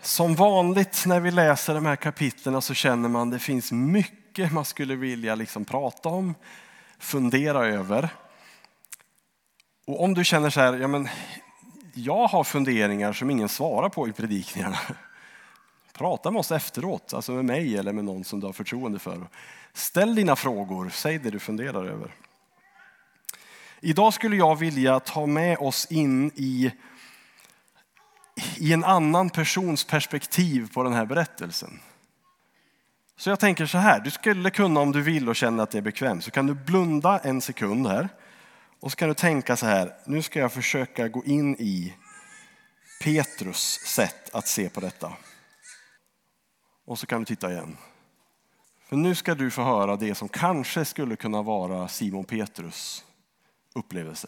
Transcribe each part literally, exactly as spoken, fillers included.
Som vanligt när vi läser de här kapitlerna så känner man att det finns mycket man skulle vilja liksom prata om, fundera över. Och om du känner så här, ja men jag har funderingar som ingen svarar på i predikningarna. Prata med oss efteråt, alltså med mig eller med någon som du har förtroende för. Ställ dina frågor, säg det du funderar över. Idag skulle jag vilja ta med oss in i, i en annan persons perspektiv på den här berättelsen. Så jag tänker så här, du skulle kunna om du vill och känner att det är bekvämt så kan du blunda en sekund här. Och så kan du tänka så här, nu ska jag försöka gå in i Petrus sätt att se på detta. Och så kan du titta igen. För nu ska du få höra det som kanske skulle kunna vara Simon Petrus upplevelse.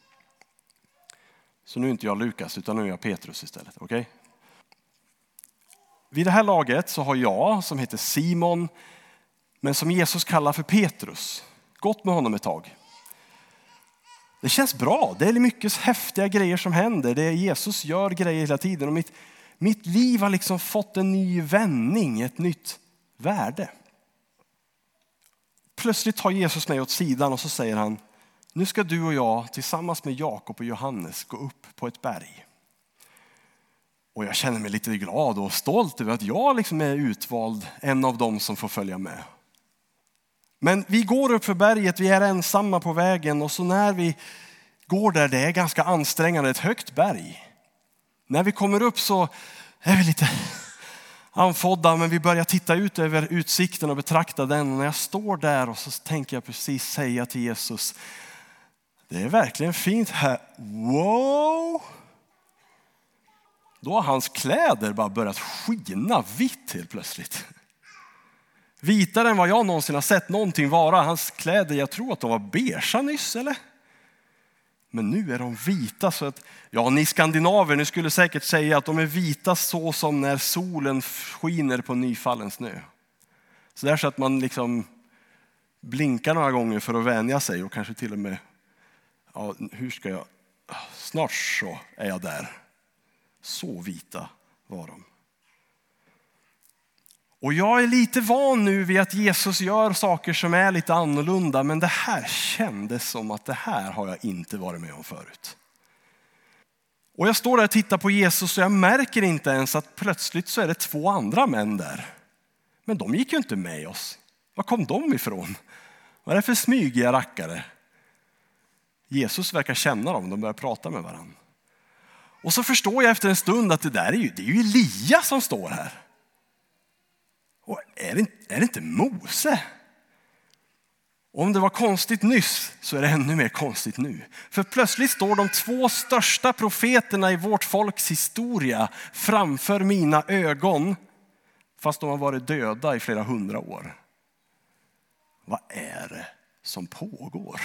Så nu är inte jag Lukas utan nu är jag Petrus istället, okej? Okay? Vid det här laget så har jag som heter Simon, men som Jesus kallar för Petrus, gått med honom ett tag. Det känns bra, det är mycket häftiga grejer som händer. Det är Jesus gör grejer hela tiden och mitt, mitt liv har liksom fått en ny vändning, ett nytt värde. Plötsligt tar Jesus mig åt sidan och så säger han, nu ska du och jag tillsammans med Jakob och Johannes gå upp på ett berg. Och jag känner mig lite glad och stolt över att jag liksom är utvald, en av dem som får följa med. Men vi går upp för berget, vi är ensamma på vägen och så när vi går där, det är ganska ansträngande, ett högt berg. När vi kommer upp så är vi lite anfodda men vi börjar titta ut över utsikten och betrakta den. Och när jag står där och så tänker jag precis säga till Jesus, det är verkligen fint här. Wow! Då har hans kläder bara börjat skina vitt helt plötsligt. Vitare än vad jag någonsin har sett någonting vara. Hans kläder, jag tror att de var beige nyss eller? Men nu är de vita så att, ja ni skandinaver, ni skulle säkert säga att de är vita så som när solen skiner på nyfallen snö. Så där så att man liksom blinkar några gånger för att vänja sig och kanske till och med, ja hur ska jag, snart så är jag där. Så vita var de. Och jag är lite van nu vid att Jesus gör saker som är lite annorlunda. Men det här kändes som att det här har jag inte varit med om förut. Och jag står där och tittar på Jesus och jag märker inte ens att plötsligt så är det två andra män där. Men de gick ju inte med oss. Var kom de ifrån? Vad är det för smygiga rackare? Jesus verkar känna dem, de börjar prata med varandra. Och så förstår jag efter en stund att det där är ju, det är ju Elia som står här. Och är det, är det inte Mose? Om det var konstigt nyss så är det ännu mer konstigt nu. För plötsligt står de två största profeterna i vårt folks historia framför mina ögon. Fast de har varit döda i flera hundra år. Vad är det som pågår?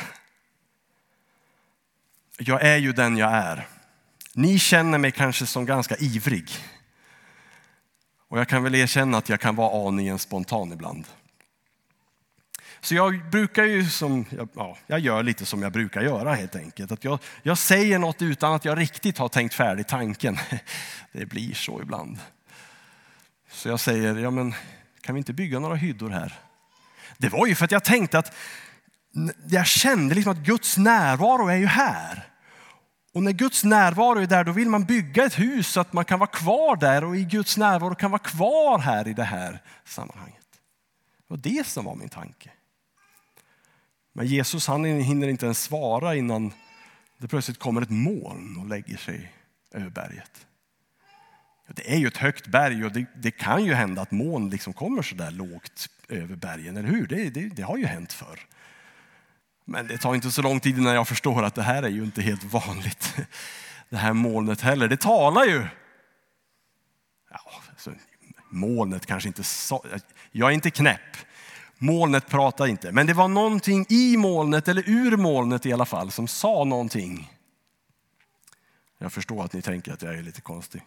Jag är ju den jag är. Ni känner mig kanske som ganska ivrig. Och jag kan väl erkänna att jag kan vara aningen spontan ibland. Så jag brukar ju som, ja, jag gör lite som jag brukar göra helt enkelt. Att jag, jag säger något utan att jag riktigt har tänkt färdigt tanken. Det blir så ibland. Så jag säger, ja men kan vi inte bygga några hyddor här? Det var ju för att jag tänkte att jag kände liksom att Guds närvaro är ju här. Och när Guds närvaro är där då vill man bygga ett hus så att man kan vara kvar där och i Guds närvaro kan vara kvar här i det här sammanhanget. Det var det som var min tanke. Men Jesus han hinner inte ens svara innan det plötsligt kommer ett moln och lägger sig över berget. Det är ju ett högt berg och det, det kan ju hända att moln liksom kommer så där lågt över bergen, eller hur? Det, det, det har ju hänt förr. Men det tar inte så lång tid innan jag förstår att det här är ju inte helt vanligt. Det här molnet heller. Det talar ju. Ja, alltså, molnet kanske inte så. Jag är inte knäpp. Molnet pratar inte. Men det var någonting i molnet eller ur molnet i alla fall som sa någonting. Jag förstår att ni tänker att jag är lite konstig.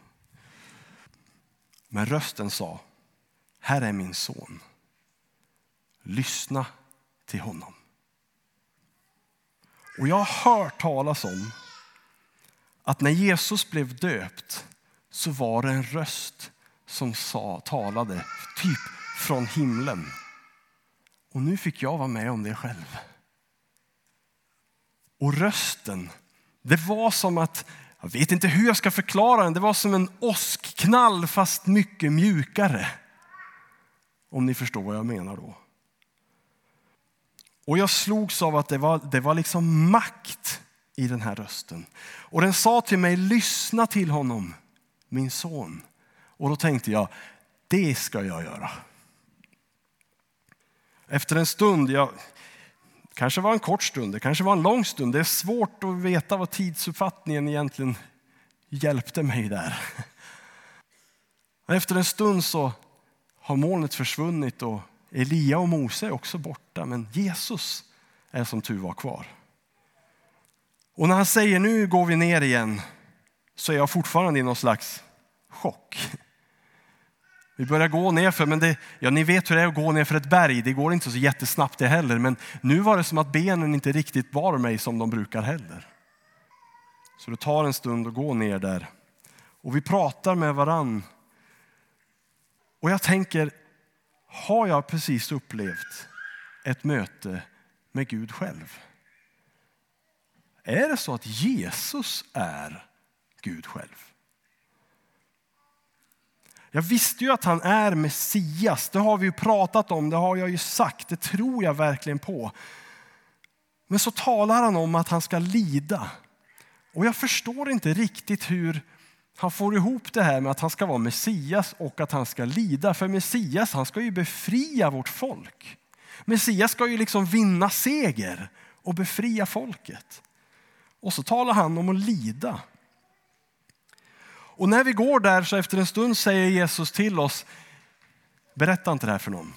Men rösten sa, här är min son. Lyssna till honom. Och jag har hört talas om att när Jesus blev döpt så var det en röst som sa, talade typ från himlen. Och nu fick jag vara med om det själv. Och rösten, det var som att, jag vet inte hur jag ska förklara den, det var som en åskknall fast mycket mjukare. Om ni förstår vad jag menar då. Och jag slogs av att det var, det var liksom makt i den här rösten. Och den sa till mig, lyssna till honom, min son. Och då tänkte jag, det ska jag göra. Efter en stund, jag, kanske var en kort stund, det kanske var en lång stund. Det är svårt att veta vad tidsuppfattningen egentligen hjälpte mig där. Efter en stund så har molnet försvunnit och Elia och Mose är också borta. Men Jesus är som tur var kvar. Och när han säger nu går vi ner igen, så är jag fortfarande i någon slags chock. Vi börjar gå ner för, men det, ja, ni vet hur det är att gå ner för ett berg. Det går inte så jättesnabbt det heller. Men nu var det som att benen inte riktigt bar mig som de brukar heller. Så det tar en stund att gå ner där. Och vi pratar med varann. Och jag tänker, har jag precis upplevt ett möte med Gud själv? Är det så att Jesus är Gud själv? Jag visste ju att han är Messias. Det har vi ju pratat om, det har jag ju sagt. Det tror jag verkligen på. Men så talar han om att han ska lida. Och jag förstår inte riktigt hur han får ihop det här med att han ska vara Messias och att han ska lida. För Messias, han ska ju befria vårt folk. Messias ska ju liksom vinna seger och befria folket. Och så talar han om att lida. Och när vi går där så efter en stund säger Jesus till oss, berätta inte det här för någon.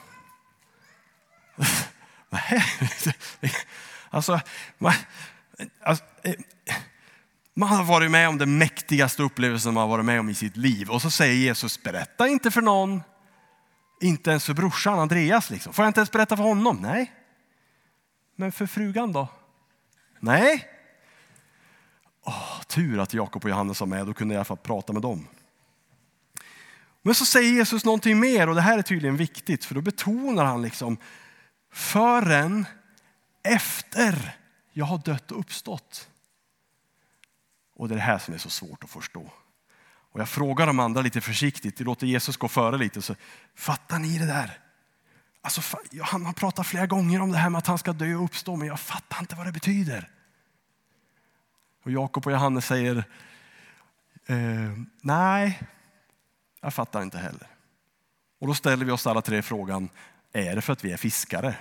alltså, man, alltså, man har varit med om den mäktigaste upplevelsen man har varit med om i sitt liv. Och så säger Jesus, berätta inte för någon. Inte ens för brorsan Andreas liksom. Får jag inte ens berätta för honom? Nej. Men för frugan då? Nej. Åh, tur att Jakob och Johannes var med, då kunde jag i alla fall prata med dem. Men så säger Jesus någonting mer, och det här är tydligen viktigt, för då betonar han liksom, förrän efter jag har dött och uppstått. Och det är det här som är så svårt att förstå. Och jag frågar de andra lite försiktigt, det låter Jesus gå före lite, så fattar ni det där? Alltså, han har pratat flera gånger om det här med att han ska dö och uppstå, men jag fattar inte vad det betyder. Och Jakob och Johannes säger, eh, nej, jag fattar inte heller. Och då ställer vi oss alla tre frågan, är det för att vi är fiskare?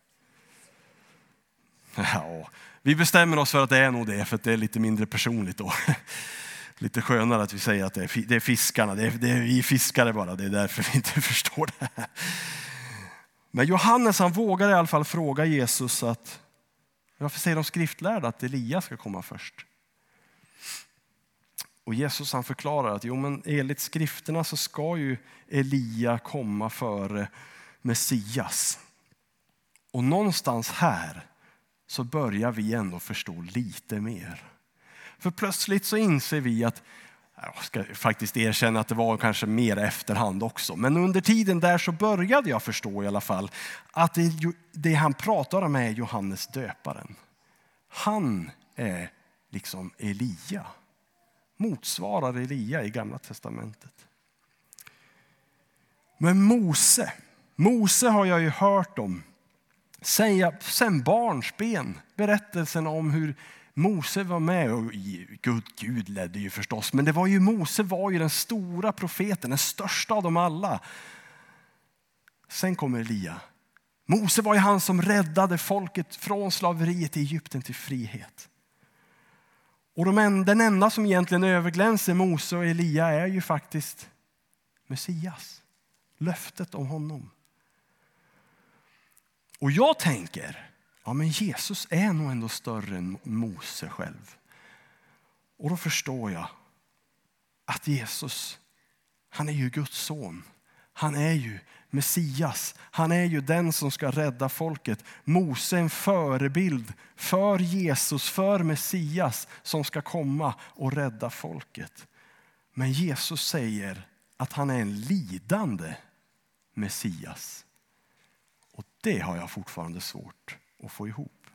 Ja, vi bestämmer oss för att det är nog det, för att det är lite mindre personligt då. Lite skönare att vi säger att det är, det är fiskarna, det är, det är vi fiskare bara, det är därför vi inte förstår det här. Men Johannes, han vågar i alla fall fråga Jesus att, varför säger de skriftlärda att Elia ska komma först? Och Jesus, han förklarar att jo, men enligt skrifterna så ska ju Elia komma före Messias. Och någonstans här så börjar vi ändå förstå lite mer. För plötsligt så inser vi att, jag ska faktiskt erkänna att det var kanske mer efterhand också. Men under tiden där så började jag förstå i alla fall att det, det han pratar om är Johannes döparen. Han är liksom Elia. Motsvarar Elia i Gamla testamentet. Men Mose, Mose har jag ju hört om. Säga, sen barnsben, berättelsen om hur Mose var med, och Gud, Gud ledde ju förstås, men det var ju Mose var ju den stora profeten, den största av dem alla. Sen kommer Elia. Mose var ju han som räddade folket från slaveriet i Egypten till frihet. Och de, den enda som egentligen överglänser Mose och Elia är ju faktiskt Messias. Löftet om honom. Och jag tänker, ja men Jesus är nog ändå större än Mose själv. Och då förstår jag att Jesus, han är ju Guds son. Han är ju Messias. Han är ju den som ska rädda folket. Mose är en förebild för Jesus, för Messias som ska komma och rädda folket. Men Jesus säger att han är en lidande Messias. Och det har jag fortfarande svårt att få ihop.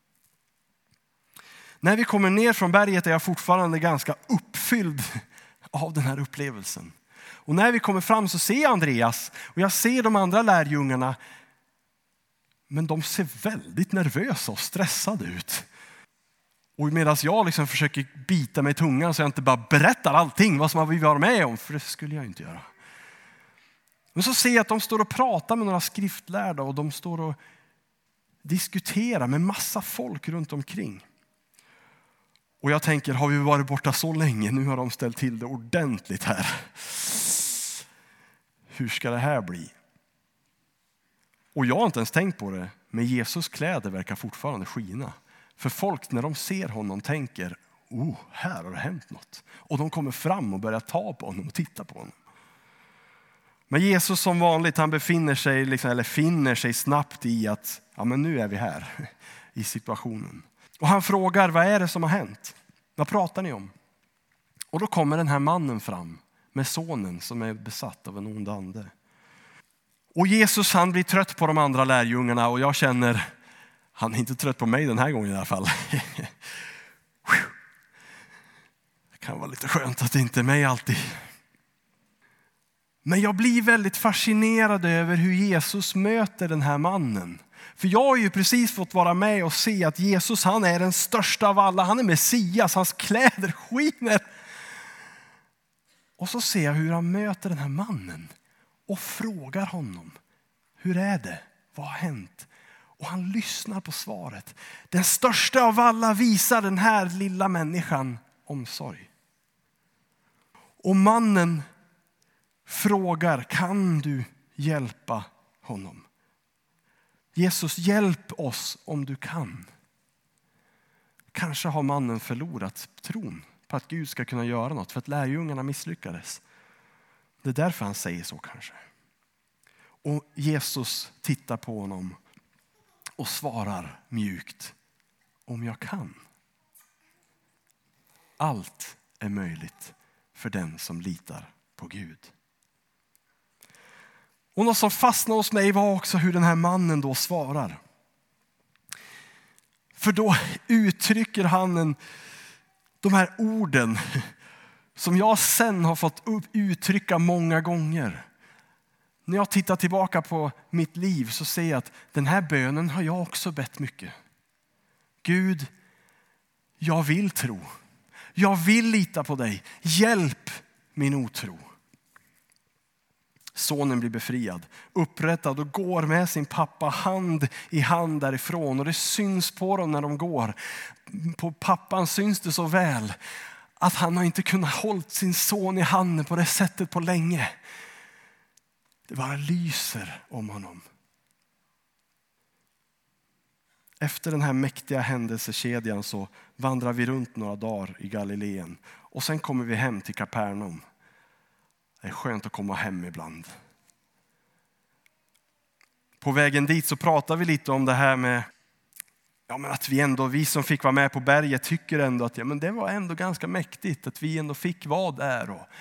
När vi kommer ner från berget är jag fortfarande ganska uppfylld av den här upplevelsen. Och när vi kommer fram så ser jag Andreas och jag ser de andra lärjungarna. Men de ser väldigt nervösa och stressade ut. Och medan jag liksom försöker bita mig i tungan så jag inte bara berättar allting vad som vi var med om. För det skulle jag inte göra. Men så ser jag att de står och pratar med några skriftlärda och de står och diskuterar med massa folk runt omkring. Och jag tänker, har vi varit borta så länge? Nu har de ställt till det ordentligt här. Hur ska det här bli? Och jag har inte ens tänkt på det, men Jesus kläder verkar fortfarande skina. För folk när de ser honom tänker, oh, här har det hänt något. Och de kommer fram och börjar ta på honom och titta på honom. Men Jesus som vanligt, han befinner sig, liksom, eller finner sig snabbt i att ja, men nu är vi här i situationen. Och han frågar, vad är det som har hänt? Vad pratar ni om? Och då kommer den här mannen fram med sonen som är besatt av en ond ande. Och Jesus han blir trött på de andra lärjungarna och jag känner, han är inte trött på mig den här gången i alla fall. Det kan vara lite skönt att det inte är mig alltid. Men jag blir väldigt fascinerad över hur Jesus möter den här mannen. För jag har ju precis fått vara med och se att Jesus han är den största av alla. Han är Messias, hans kläder skiner. Och så ser jag hur han möter den här mannen och frågar honom. Hur är det? Vad har hänt? Och han lyssnar på svaret. Den största av alla visar den här lilla människan omsorg. Och mannen frågar, kan du hjälpa honom? Jesus, hjälp oss om du kan. Kanske har mannen förlorat tron på att Gud ska kunna göra något för att lärjungarna misslyckades. Det är därför han säger så kanske. Och Jesus tittar på honom och svarar mjukt, om jag kan. Allt är möjligt för den som litar på Gud. Och något som fastnade hos mig var också hur den här mannen då svarar. För då uttrycker han en, de här orden som jag sen har fått uttrycka många gånger. När jag tittar tillbaka på mitt liv så ser jag att den här bönen har jag också bett mycket. Gud, jag vill tro. Jag vill lita på dig. Hjälp min otro. Sonen blir befriad, upprättad och går med sin pappa hand i hand därifrån. Och det syns på dem när de går. På pappan syns det så väl att han har inte kunnat hålla sin son i handen på det sättet på länge. Det bara lyser om honom. Efter den här mäktiga händelsekedjan så vandrar vi runt några dagar i Galileen. Och sen kommer vi hem till Kapernaum. Det är skönt att komma hem ibland. På vägen dit så pratar vi lite om det här med ja, men att vi ändå, vi som fick vara med på berget tycker ändå att ja, men det var ändå ganska mäktigt att vi ändå fick vara där. Och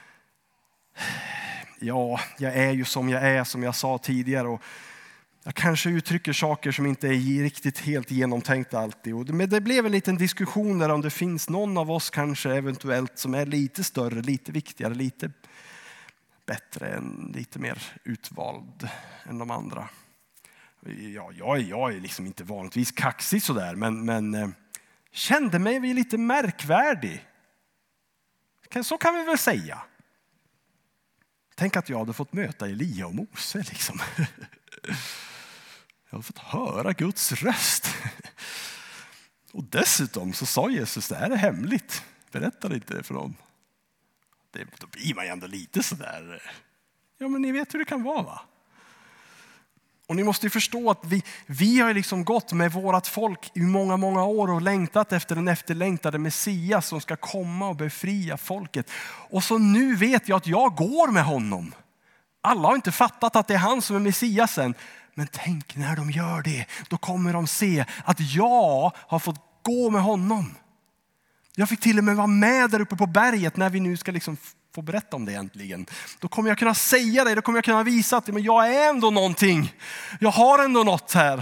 ja, jag är ju som jag är, som jag sa tidigare. Och jag kanske uttrycker saker som inte är riktigt helt genomtänkta alltid. Men det blev en liten diskussion där om det finns någon av oss kanske eventuellt som är lite större, lite viktigare, lite bättre, lite mer utvald än de andra. Ja, jag, är, jag är liksom inte vanligtvis kaxig sådär, men, men eh, kände mig lite märkvärdig. Så kan vi väl säga. Tänk att jag hade fått möta Elia och Mose liksom. Jag har fått höra Guds röst. Och dessutom så sa Jesus, det här är hemligt. Berätta inte det för någon. Det, då blir man ju ändå lite sådär. Ja, men ni vet hur det kan vara, va? Och ni måste ju förstå att vi, vi har liksom gått med vårat folk i många, många år och längtat efter den efterlängtade Messias som ska komma och befria folket. Och så nu vet jag att jag går med honom. Alla har inte fattat att det är han som är Messiasen. Men tänk när de gör det, då kommer de se att jag har fått gå med honom. Jag fick till och med vara med där uppe på berget när vi nu ska liksom få berätta om det äntligen. Då kommer jag kunna säga det, då kommer jag kunna visa att men jag är ändå någonting. Jag har ändå något här.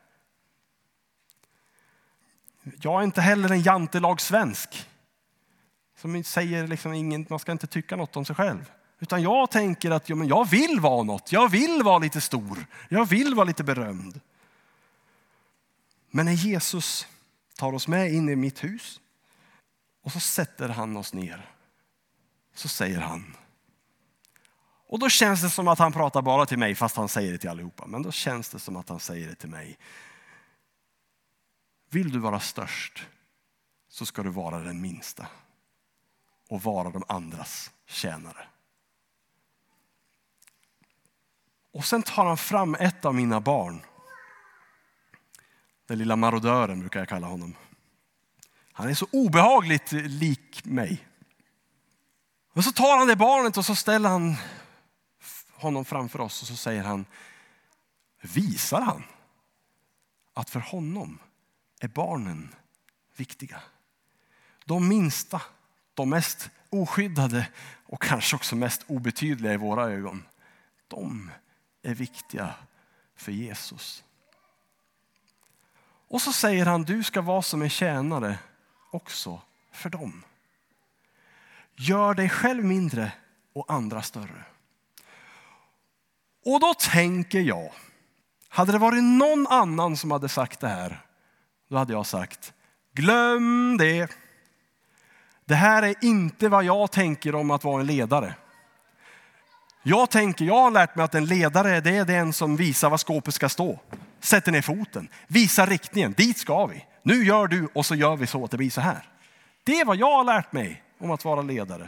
Jag är inte heller en jantelag svensk. Som säger liksom ingen, man ska inte tycka något om sig själv. Utan jag tänker att ja, men jag vill vara något. Jag vill vara lite stor. Jag vill vara lite berömd. Men när Jesus tar oss med in i mitt hus och så sätter han oss ner. Så säger han. Och då känns det som att han pratar bara till mig fast han säger det till allihopa. Men då känns det som att han säger det till mig. Vill du vara störst så ska du vara den minsta. Och vara de andras tjänare. Och sen tar han fram ett av mina barn. Den lilla marodören brukar jag kalla honom. Han är så obehagligt lik mig. Och så tar han det barnet och så ställer han honom framför oss. Och så säger han, visar han att för honom är barnen viktiga. De minsta, de mest oskyddade och kanske också mest obetydliga i våra ögon. De är viktiga för Jesus. Och så säger han, du ska vara som en tjänare också för dem. Gör dig själv mindre och andra större. Och då tänker jag, hade det varit någon annan som hade sagt det här, då hade jag sagt, glöm det. Det här är inte vad jag tänker om att vara en ledare. Jag tänker, jag har lärt mig att en ledare det är den som visar var skåpet ska stå. Sätter ner foten, visar riktningen, dit ska vi. Nu gör du och så gör vi så att det blir så här. Det är vad jag har lärt mig om att vara ledare.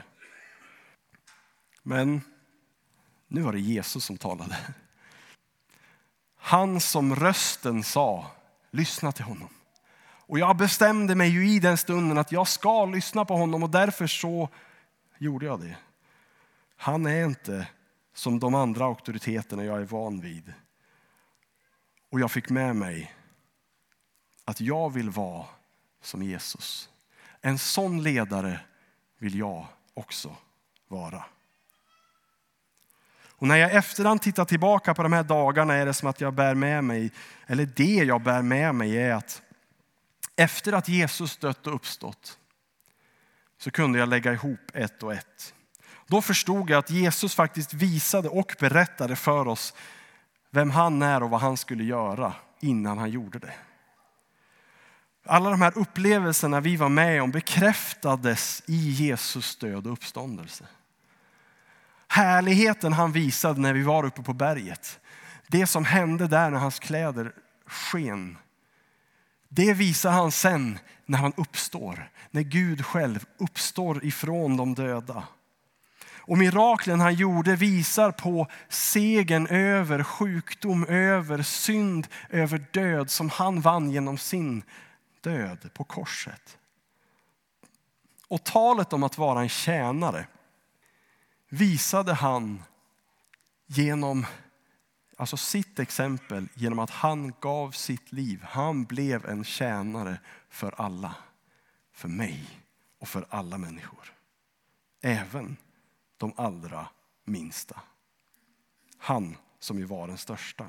Men nu var det Jesus som talade. Han som rösten sa, lyssna till honom. Och jag bestämde mig ju i den stunden att jag ska lyssna på honom och därför så gjorde jag det. Han är inte som de andra auktoriteterna jag är van vid. Och jag fick med mig att jag vill vara som Jesus. En sån ledare vill jag också vara. Och när jag efterhand tittar tillbaka på de här dagarna är det som att jag bär med mig, eller det jag bär med mig är att efter att Jesus dött och uppstått så kunde jag lägga ihop ett och ett. Då förstod jag att Jesus faktiskt visade och berättade för oss vem han är och vad han skulle göra innan han gjorde det. Alla de här upplevelserna vi var med om bekräftades i Jesus död och uppståndelse. Härligheten han visade när vi var uppe på berget. Det som hände där när hans kläder sken. Det visar han sen när han uppstår. När Gud själv uppstår ifrån de döda. Och miraklen han gjorde visar på segern över sjukdom, över synd, över död som han vann genom sin död på korset. Och talet om att vara en tjänare visade han genom alltså sitt exempel, genom att han gav sitt liv. Han blev en tjänare för alla, för mig och för alla människor. Även de allra minsta. Han som ju var den största.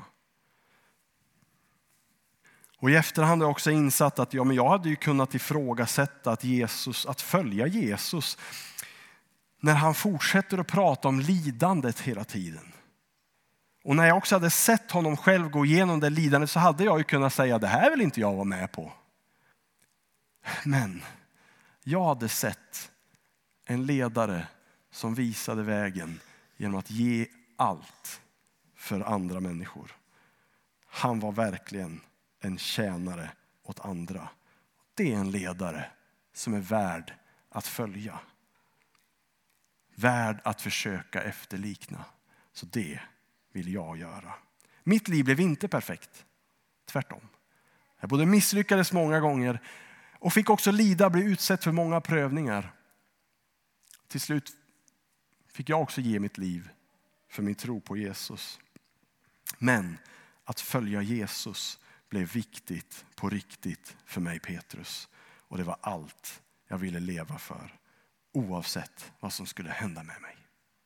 Och i efterhand har jag också insatt att ja, men jag hade ju kunnat ifrågasätta att, Jesus, att följa Jesus när han fortsätter att prata om lidandet hela tiden. Och när jag också hade sett honom själv gå igenom det lidandet så hade jag ju kunnat säga det här vill inte jag vara med på. Men jag hade sett en ledare som visade vägen genom att ge allt för andra människor. Han var verkligen en tjänare åt andra. Det är en ledare som är värd att följa. Värd att försöka efterlikna. Så det vill jag göra. Mitt liv blev inte perfekt. Tvärtom. Jag både misslyckades många gånger och fick också lida, bli utsatt för många prövningar. Till slut fick jag också ge mitt liv för min tro på Jesus. Men att följa Jesus blev viktigt på riktigt för mig, Petrus. Och det var allt jag ville leva för. oavsett vad som skulle hända med mig.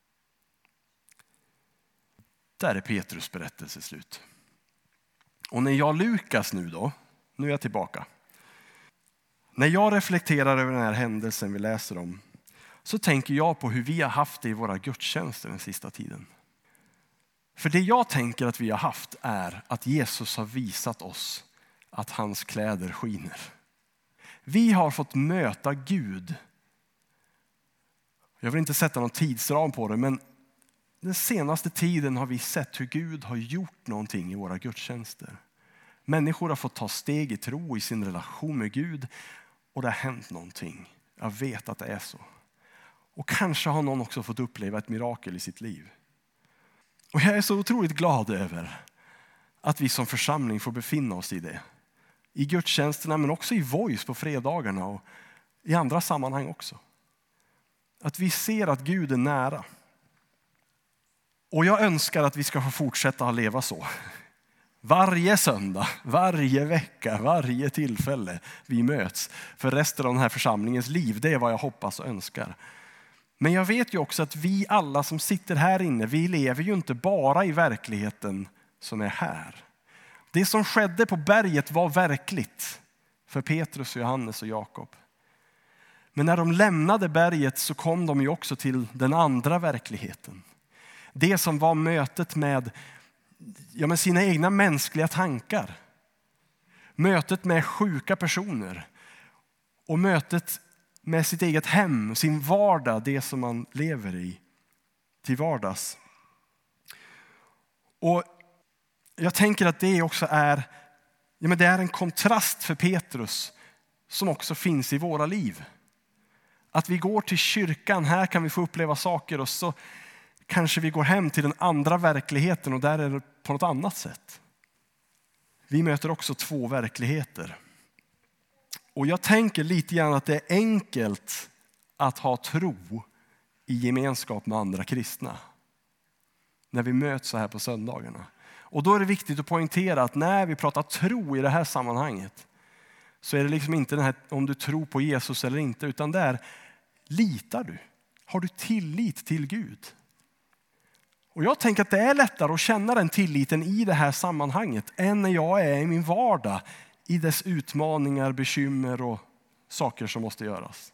Där är Petrus berättelse slut. Och när jag Lukas nu då, nu är jag tillbaka. När jag reflekterar över den här händelsen vi läser om, så tänker jag på hur vi har haft det i våra gudstjänster den sista tiden. För det jag tänker att vi har haft är att Jesus har visat oss att hans kläder skiner. Vi har fått möta Gud. Jag vill inte sätta någon tidsram på det, men den senaste tiden har vi sett hur Gud har gjort någonting i våra gudstjänster. Människor har fått ta steg i tro i sin relation med Gud och det har hänt någonting. Jag vet att det är så. Och kanske har någon också fått uppleva ett mirakel i sitt liv. Och jag är så otroligt glad över att vi som församling får befinna oss i det. I gudstjänsterna men också i Voice på fredagarna och i andra sammanhang också. Att vi ser att Gud är nära. Och jag önskar att vi ska få fortsätta att leva så. Varje söndag, varje vecka, varje tillfälle vi möts för resten av den här församlingens liv. Det är vad jag hoppas och önskar. Men jag vet ju också att vi alla som sitter här inne, vi lever ju inte bara i verkligheten som är här. Det som skedde på berget var verkligt för Petrus, Johannes och Jakob. Men när de lämnade berget så kom de ju också till den andra verkligheten. Det som var mötet med, ja, med sina egna mänskliga tankar. Mötet med sjuka personer. Och mötet med sitt eget hem, sin vardag, det som man lever i till vardags. Och jag tänker att det också är, ja, men det är en kontrast för Petrus som också finns i våra liv. Att vi går till kyrkan, här kan vi få uppleva saker och så kanske vi går hem till den andra verkligheten och där är det på något annat sätt. Vi möter också två verkligheter. Och jag tänker lite grann att det är enkelt att ha tro i gemenskap med andra kristna. När vi möts så här på söndagarna. Och då är det viktigt att poängtera att när vi pratar tro i det här sammanhanget så är det liksom inte den här, om du tror på Jesus eller inte, utan det är, litar du? Har du tillit till Gud? Och jag tänker att det är lättare att känna den tilliten i det här sammanhanget än när jag är i min vardag i dess utmaningar, bekymmer och saker som måste göras.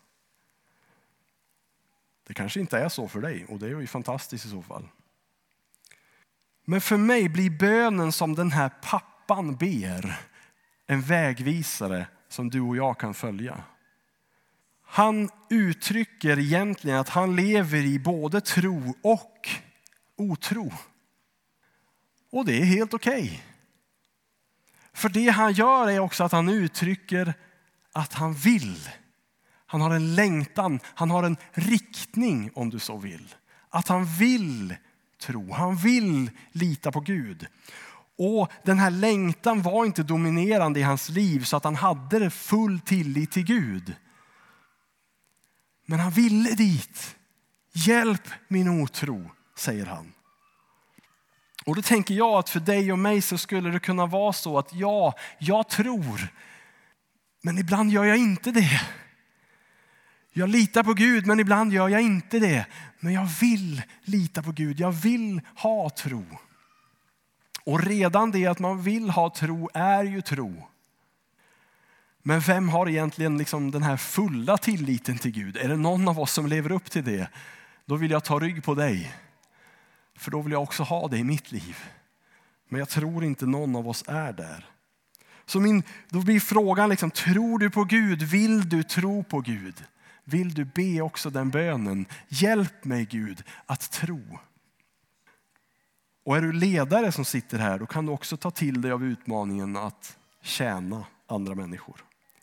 Det kanske inte är så för dig och det är ju fantastiskt i så fall. Men för mig blir bönen som den här pappan ber en vägvisare som du och jag kan följa. Han uttrycker egentligen att han lever i både tro och otro. Och det är helt okej. Okay. För det han gör är också att han uttrycker att han vill. Han har en längtan, han har en riktning om du så vill. Att han vill tro, han vill lita på Gud. Och den här längtan var inte dominerande i hans liv så att han hade full tillit till Gud. Men han ville dit. Hjälp min otro, säger han. Och då tänker jag att för dig och mig så skulle det kunna vara så att ja, jag tror. Men ibland gör jag inte det. Jag litar på Gud men ibland gör jag inte det. Men jag vill lita på Gud. Jag vill ha tro. Och redan det att man vill ha tro är ju tro. Men vem har egentligen liksom den här fulla tilliten till Gud? Är det någon av oss som lever upp till det? Då vill jag ta rygg på dig. För då vill jag också ha det i mitt liv. Men jag tror inte någon av oss är där. Så min, då blir frågan liksom, tror du på Gud? Vill du tro på Gud? Vill du be också den bönen? Hjälp mig Gud att tro. Och är du ledare som sitter här, då kan du också ta till dig av utmaningen att tjäna andra människor.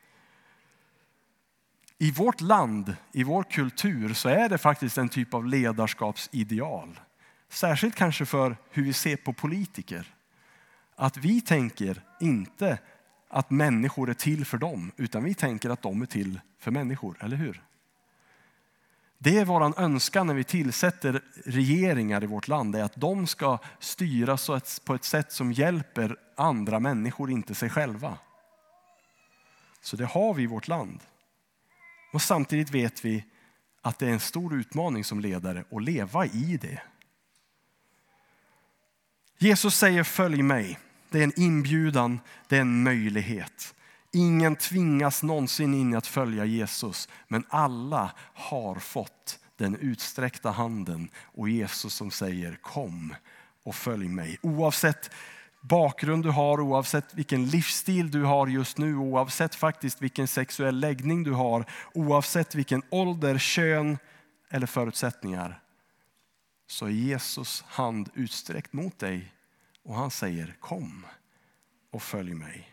I vårt land, i vår kultur så är det faktiskt en typ av ledarskapsideal. Särskilt kanske för hur vi ser på politiker. Att vi tänker inte att människor är till för dem, utan vi tänker att de är till för människor, eller hur? Det är våran önskan när vi tillsätter regeringar i vårt land, är att de ska styras på ett sätt som hjälper andra människor, inte sig själva. Så det har vi i vårt land. Och samtidigt vet vi att det är en stor utmaning som ledare att leva i det. Jesus säger följ mig. Det är en inbjudan, det är en möjlighet. Ingen tvingas någonsin in i att följa Jesus, men alla har fått den utsträckta handen och Jesus som säger kom och följ mig. Oavsett bakgrund du har, oavsett vilken livsstil du har just nu, oavsett faktiskt vilken sexuell läggning du har, oavsett vilken ålder, kön eller förutsättningar, så är Jesus hand utsträckt mot dig och han säger kom och följ mig.